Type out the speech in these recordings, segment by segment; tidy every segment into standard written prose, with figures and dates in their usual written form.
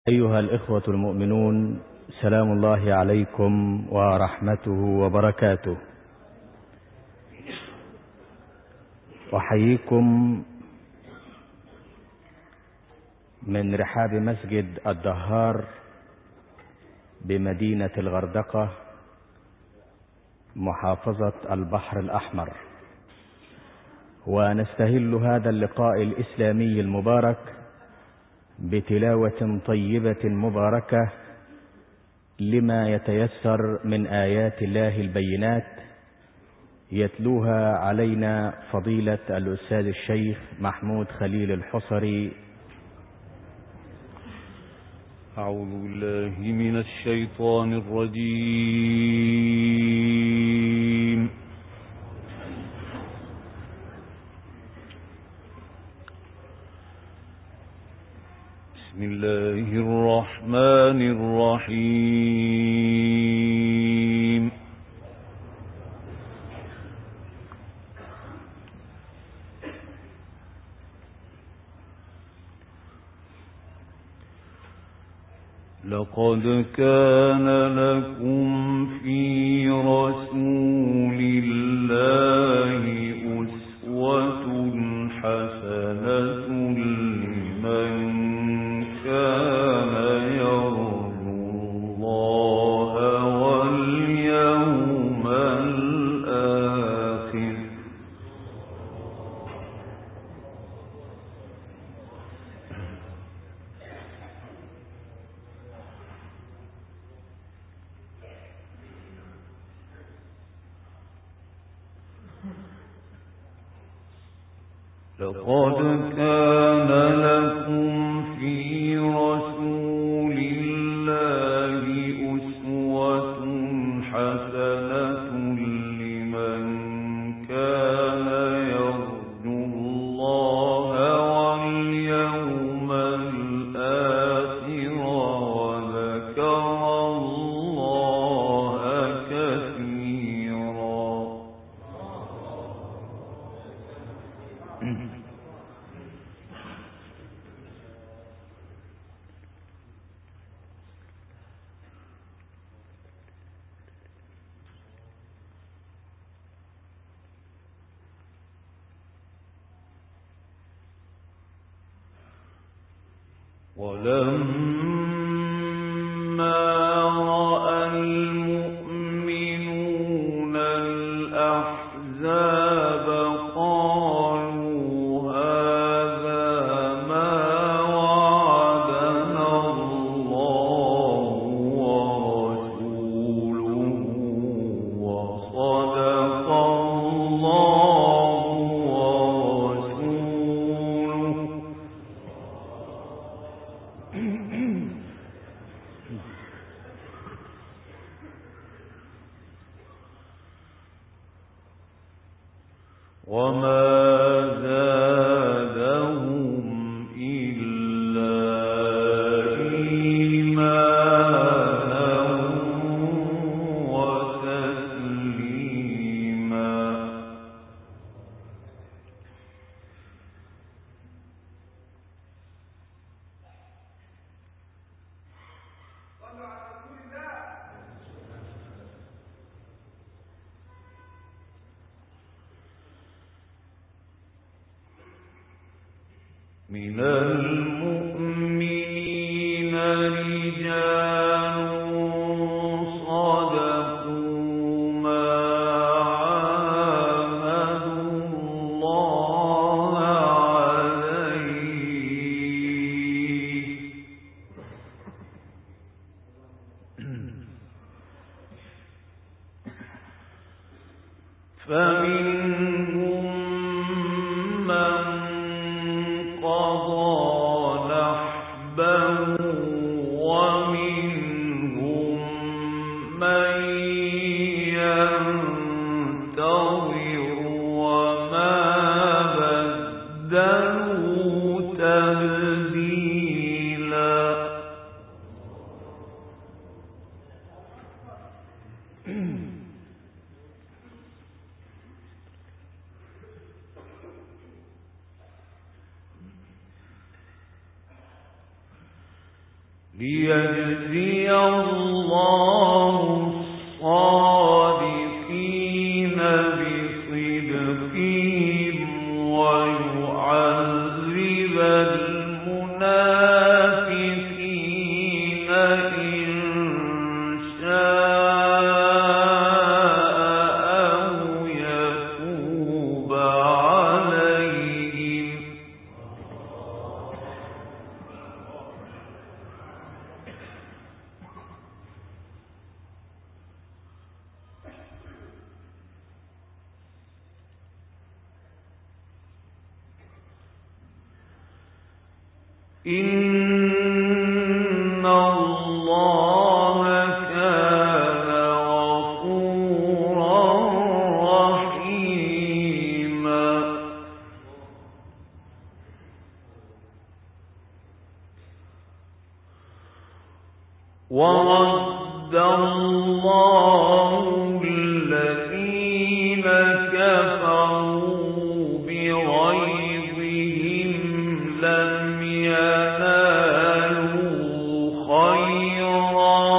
أيها الإخوة المؤمنون، سلام الله عليكم ورحمته وبركاته. أحييكم من رحاب مسجد الدهار بمدينة الغردقة محافظة البحر الأحمر، ونستهل هذا اللقاء الإسلامي المبارك بتلاوة طيبة مباركة لما يتيسر من آيات الله البينات، يتلوها علينا فضيلة الأستاذ الشيخ محمود خليل الحصري. أعوذ بالله من الشيطان الرجيم. بسم الله الرحمن الرحيم. لقد كان لكم في رسول الله أسوة حسنة لمن كان يرجو الله واليوم الآخر. لقد كان لكم في رسول الله أسوة حسنة لمن كان يرجو الله واليوم الآخر وذكر الله كثيرا. ولما رأى المؤمنون الأحزاب قالوا هذا ما وعدنا الله ورسوله وصدق الله ورسوله. وما زادهم إلا إيمانا وتسليما. من المؤمنين رجال صدقوا ما عاهدوا الله عليه، فمنهم من قضى نحبه ومنهم من ينتظر وما بدلوا تبديلا. ليجزي الله الصادقين بصدقهم ويعذب المنافقين إن شاء أو يتوب عليهم. إن الله كان غفورا رحيما. ورد الله الذين كفروا بغيظهم لم ينالوا خيرا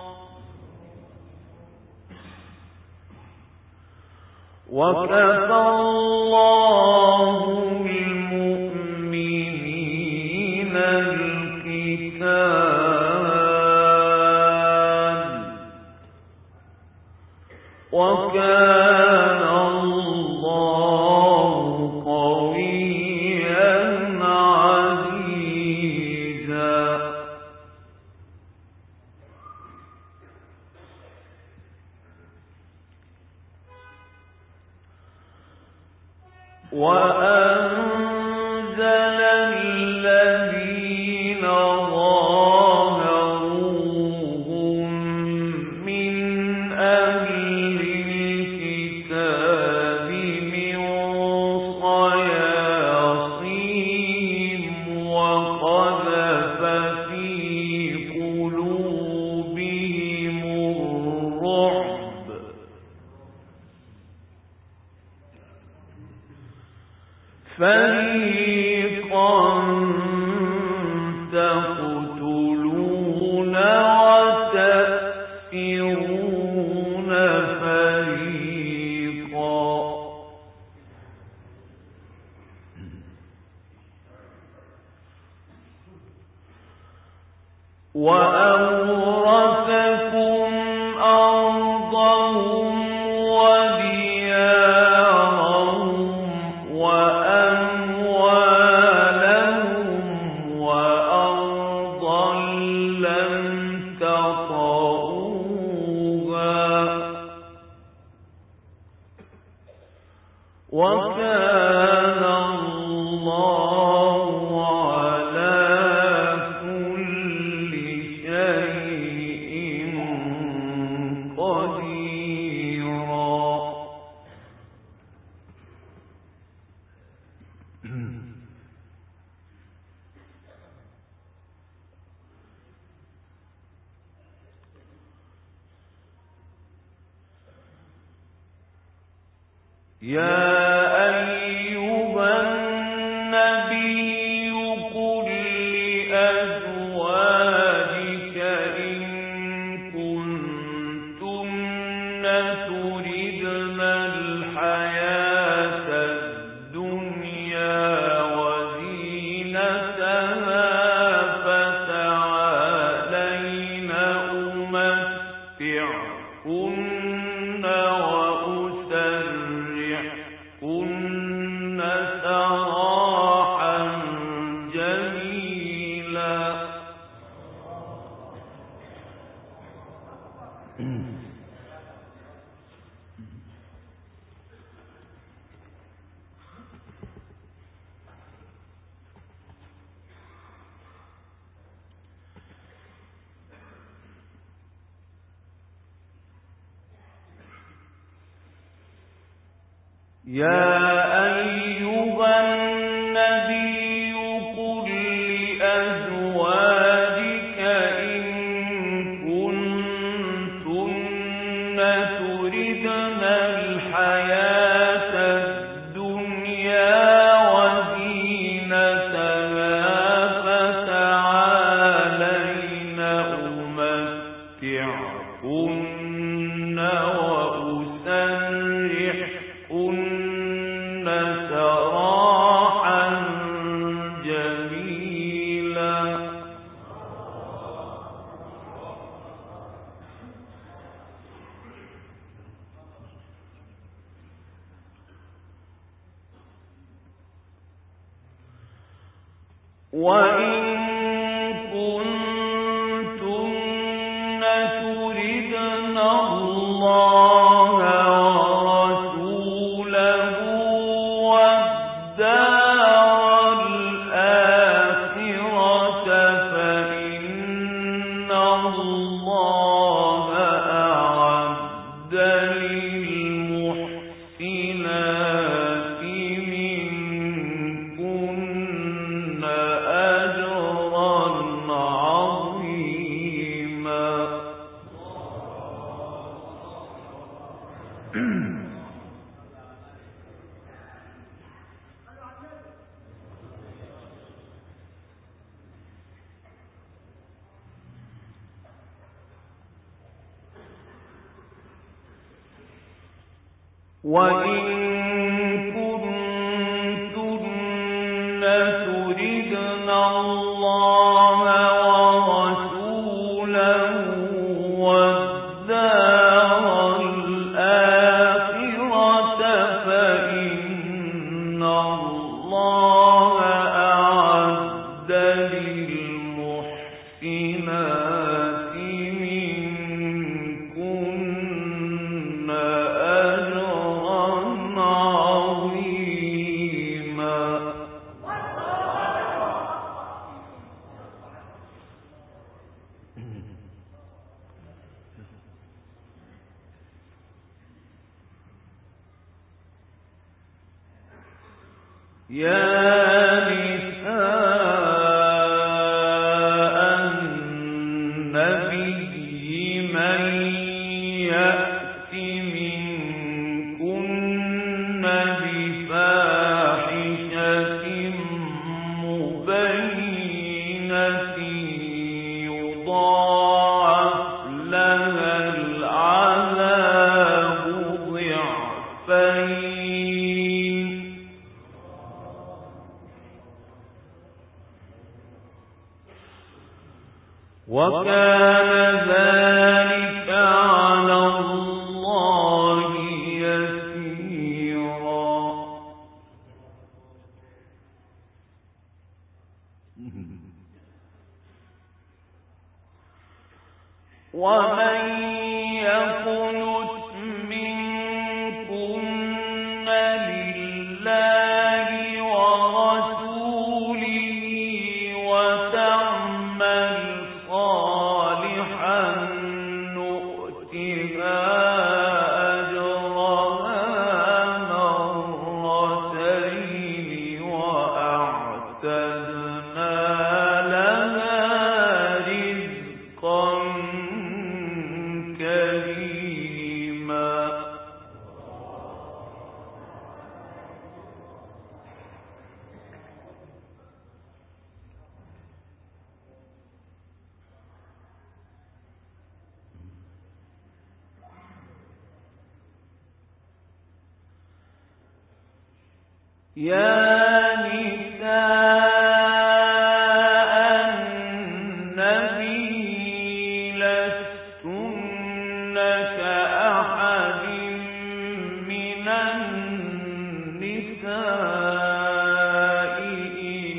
وكفى الله المؤمنين القتال وكان الله قويا عزيزا. وأنزل الذين ظاهروهم من أهل الكتاب من صياصيهم وقذف في قلوبهم الرعب فريقا تقتلون وتأسرون فريقا. وأورثكم أرضهم وديارهم وأموالهم وأرضا لم تطئوها وكان الله على كل شيء قديرا. يا أيها النبي قل لأزواجك إن كنتن تردن الحياة الدنيا وزينتها فتعالين أمتعكن وأسرحكن سراحا جميلا. يا أيها النبي قل لأزواجك إن كنتن تردن الحياة الدنيا وزينتها فتعالين وإن كنتن تردن الله ورسوله والدار الآخرة فإن الله أعد للمحسنات منكن أجرا عظيما. وإن كنتن تردن الله ورسوله والدار الآخرة فإن الله أعد للمحسنات منكن أجرا عظيما. يا نساء النبي من يأت منكن بفاحشة مبينة يضاعف لها العذاب ضعفين وكان ذلك على الله يسيرا. ومن يقنت منكن لله ورسوله وتعمل صالحا نؤتها أجرها مرتين وأعتدنا لها رزقا كريما. يا نساء النبي لستن كأحد من النساء إن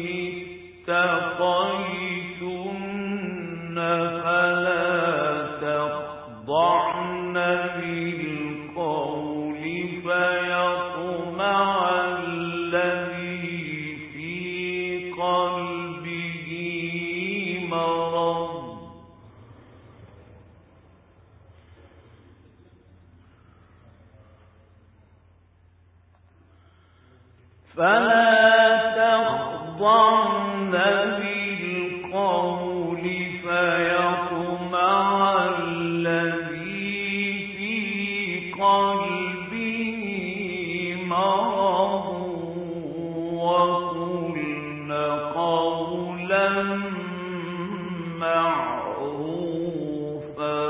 اتقيتن فلا تخضعن بالقول فيطمع الذي في قلبه مرض فلا تخضعن بالقول فيطمع الذي في قلبه مرض وقلن قولا معروفا.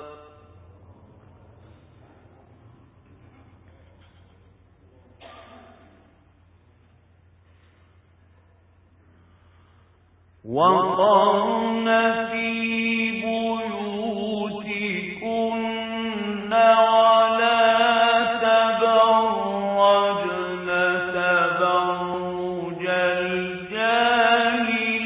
وقرن في بيوتكن ولا تبرجن تبرج الجاهلية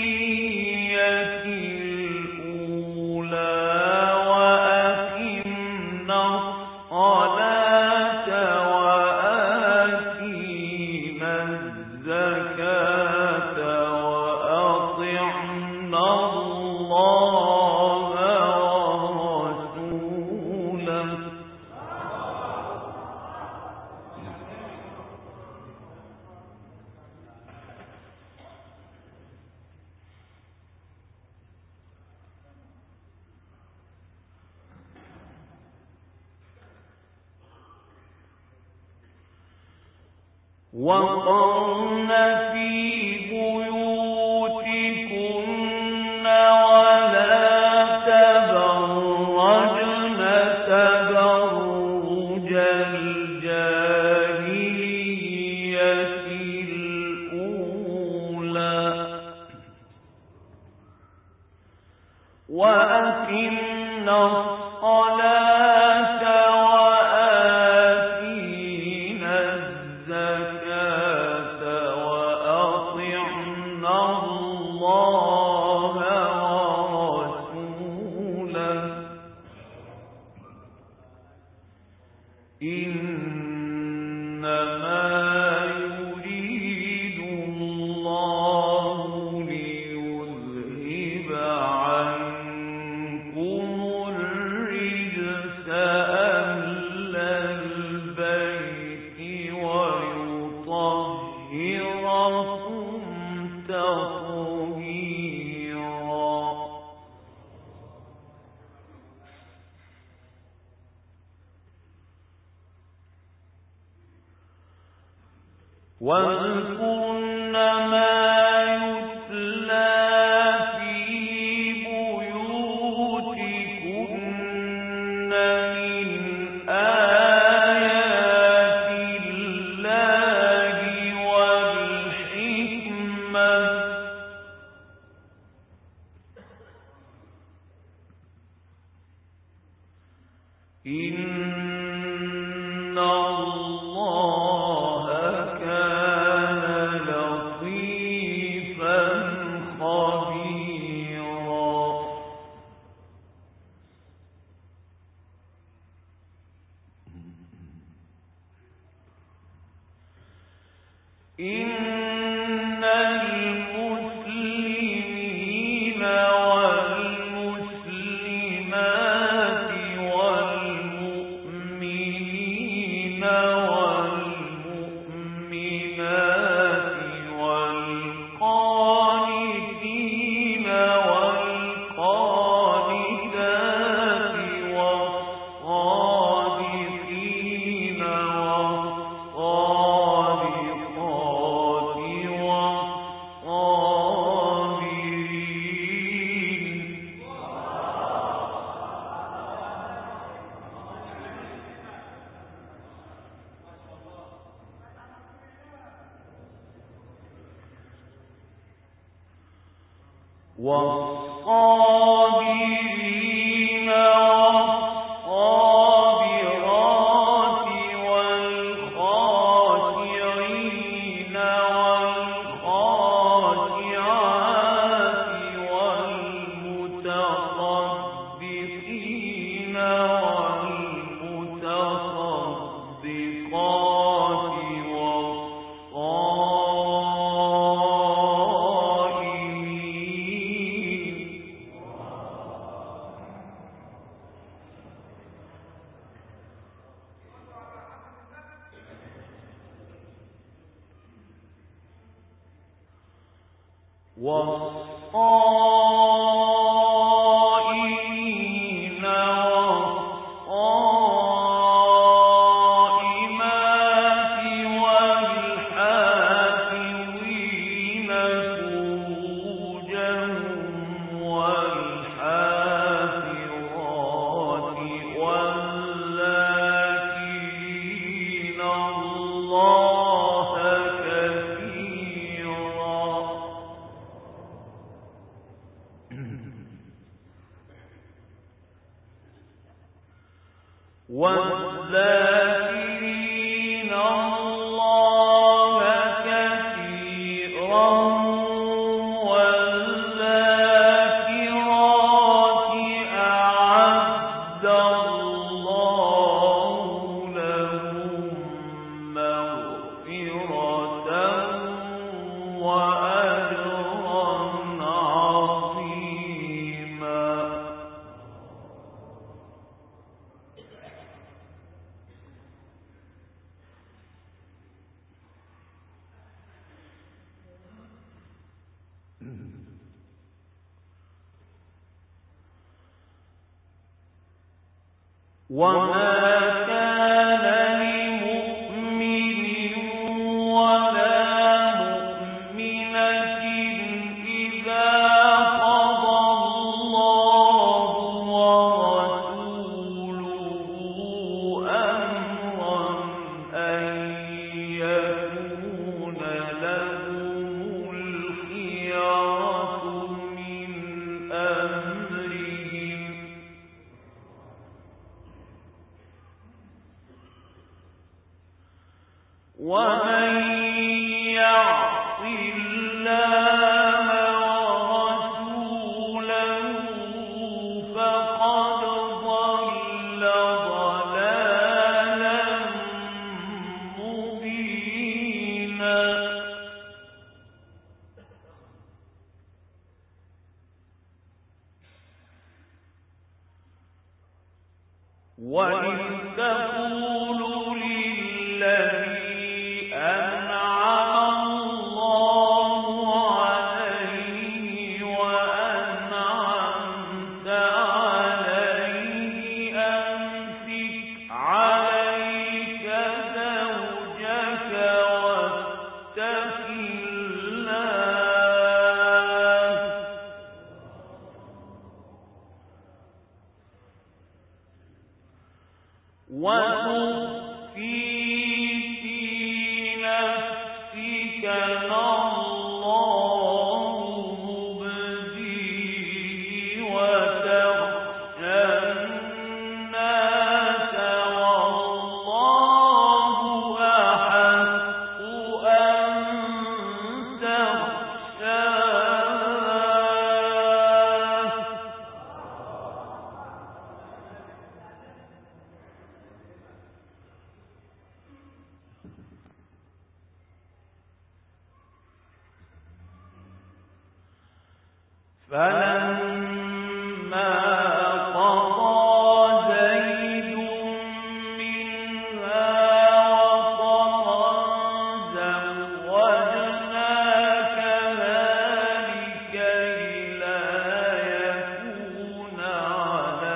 وقرن في بيوتكن ولا تبرجن تبرج الجاهلية الأولى وأقمنا الصلاة وآتينا الزكاة وأطعنا الله ورسوله إنما يريد الله ليذهب عنكم الرجس أهل البيت ويطهركم تطهيرا واذكرن ما يتلى في بيوتكن من آيات الله والحكمة إن الله كان لطيفا خبيرا إن المسلمين والمسلمات والمؤمنين والمؤمنات والقانتين والقانتات والصادقين والصادقات والصابرين والصابرين والصابرات والخاشعين والخاشعات والمتصدقين والمتصدقات والصائمين والصائمات والحافظين فروجهم والحافظات والذاكرين الله كثيرا والذاكرين الله كثيرا والذاكرات أعد الله لهم مغفرة وأجرا عظيما وما كان لمؤمن وإذ تقول للذي أنعم الله عليه وأنعمت عليه أمسك عليك زوجك واتق الله وتخفي في نفسك ما الله مبديه وتخشى الناس والله أحق أن تخشاه فلما قضى زيد منها وطرا زوجناكها لكي لا يكون على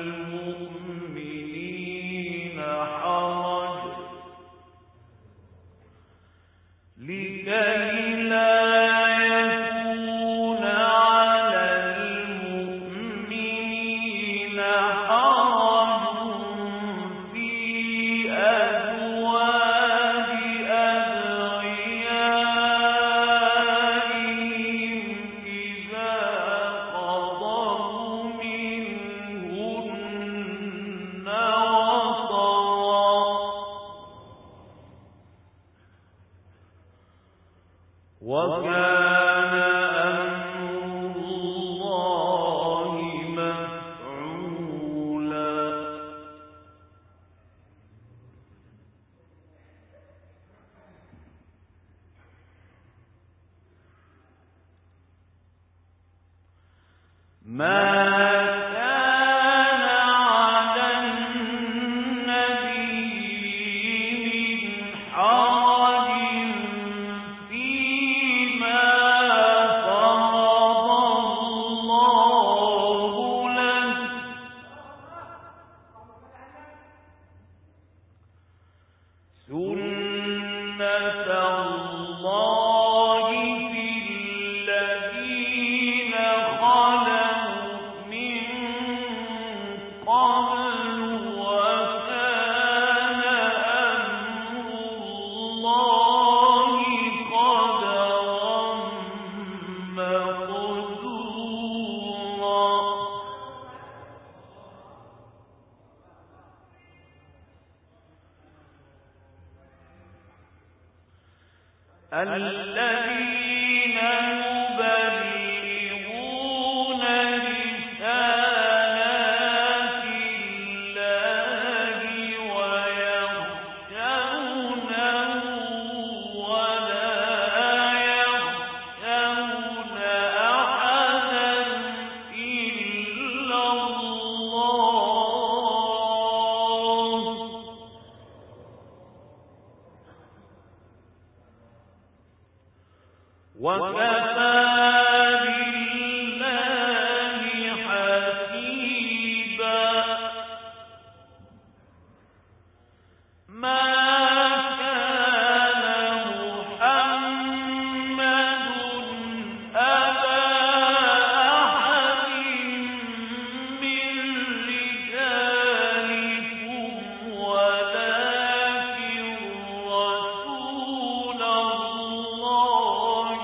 المؤمنين حرج في أزواج أدعيائهم إذا قضوا منهن وطرا وكان أمر الله مفعولا ما كان على النبي من حرج فيما فرض الله له سنة الله في الذين خلوا من قبل وكان أمر الله قدرا مقدورا الذين يبلغون رسالات الله ويخشونه ولا يخشون أحدا إلا الله وكفى بالله حسيبا ما كان محمد أبا أحد من رجالكم ولكن رسول الله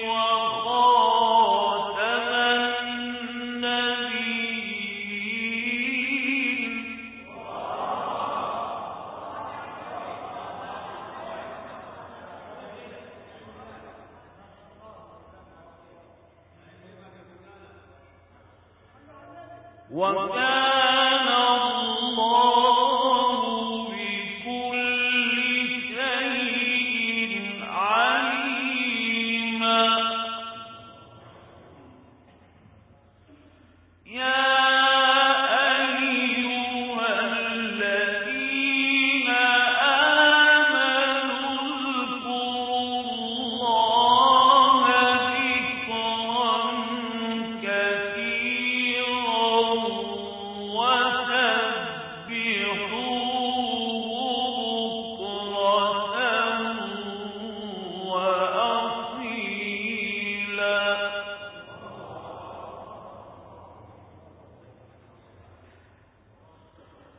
وخاتم النبيين وكان الله بكل شيء عليما يا أيها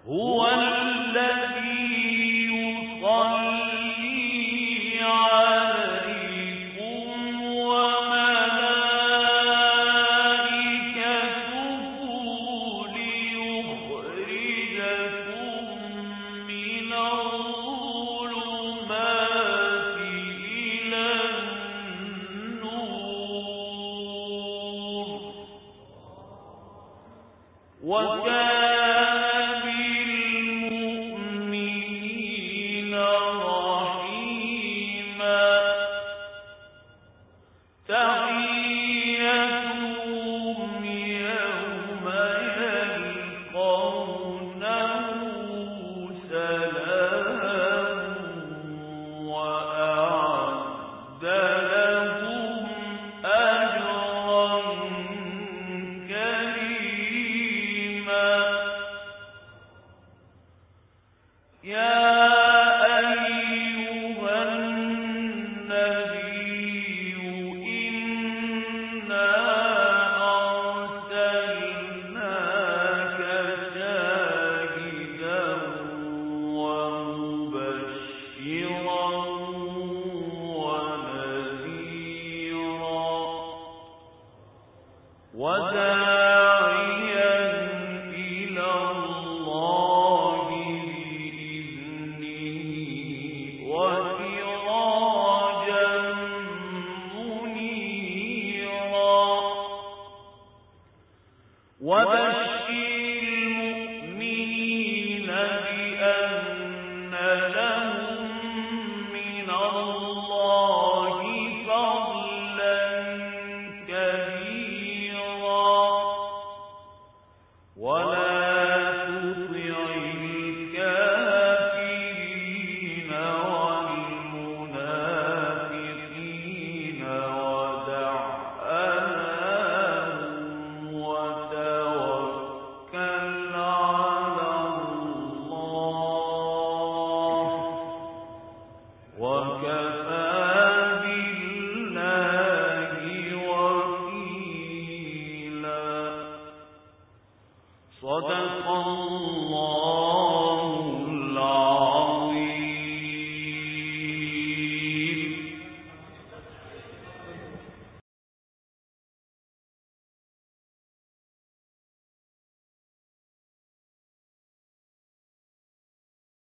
هو الذي يصلي عليكم وملائكته ليخرجكم من الظلمات إلى النور وكان بالمؤمنين رحيما تحيتهم يوم يلقونه سلام وأعد لهم أجرا كريما يا أيها النبي إنا أرسلناك شاهدا ومبشرا ونذيرا وداعيا إلى الله بإذنه وسراجا منيرا وبشر المؤمنين بأن لهم من الله فضلا كبيرا ولا تطع الكافرين والمنافقين ودع أذاهم وتوكل على الله وكفى بالله وكيلا صدق الله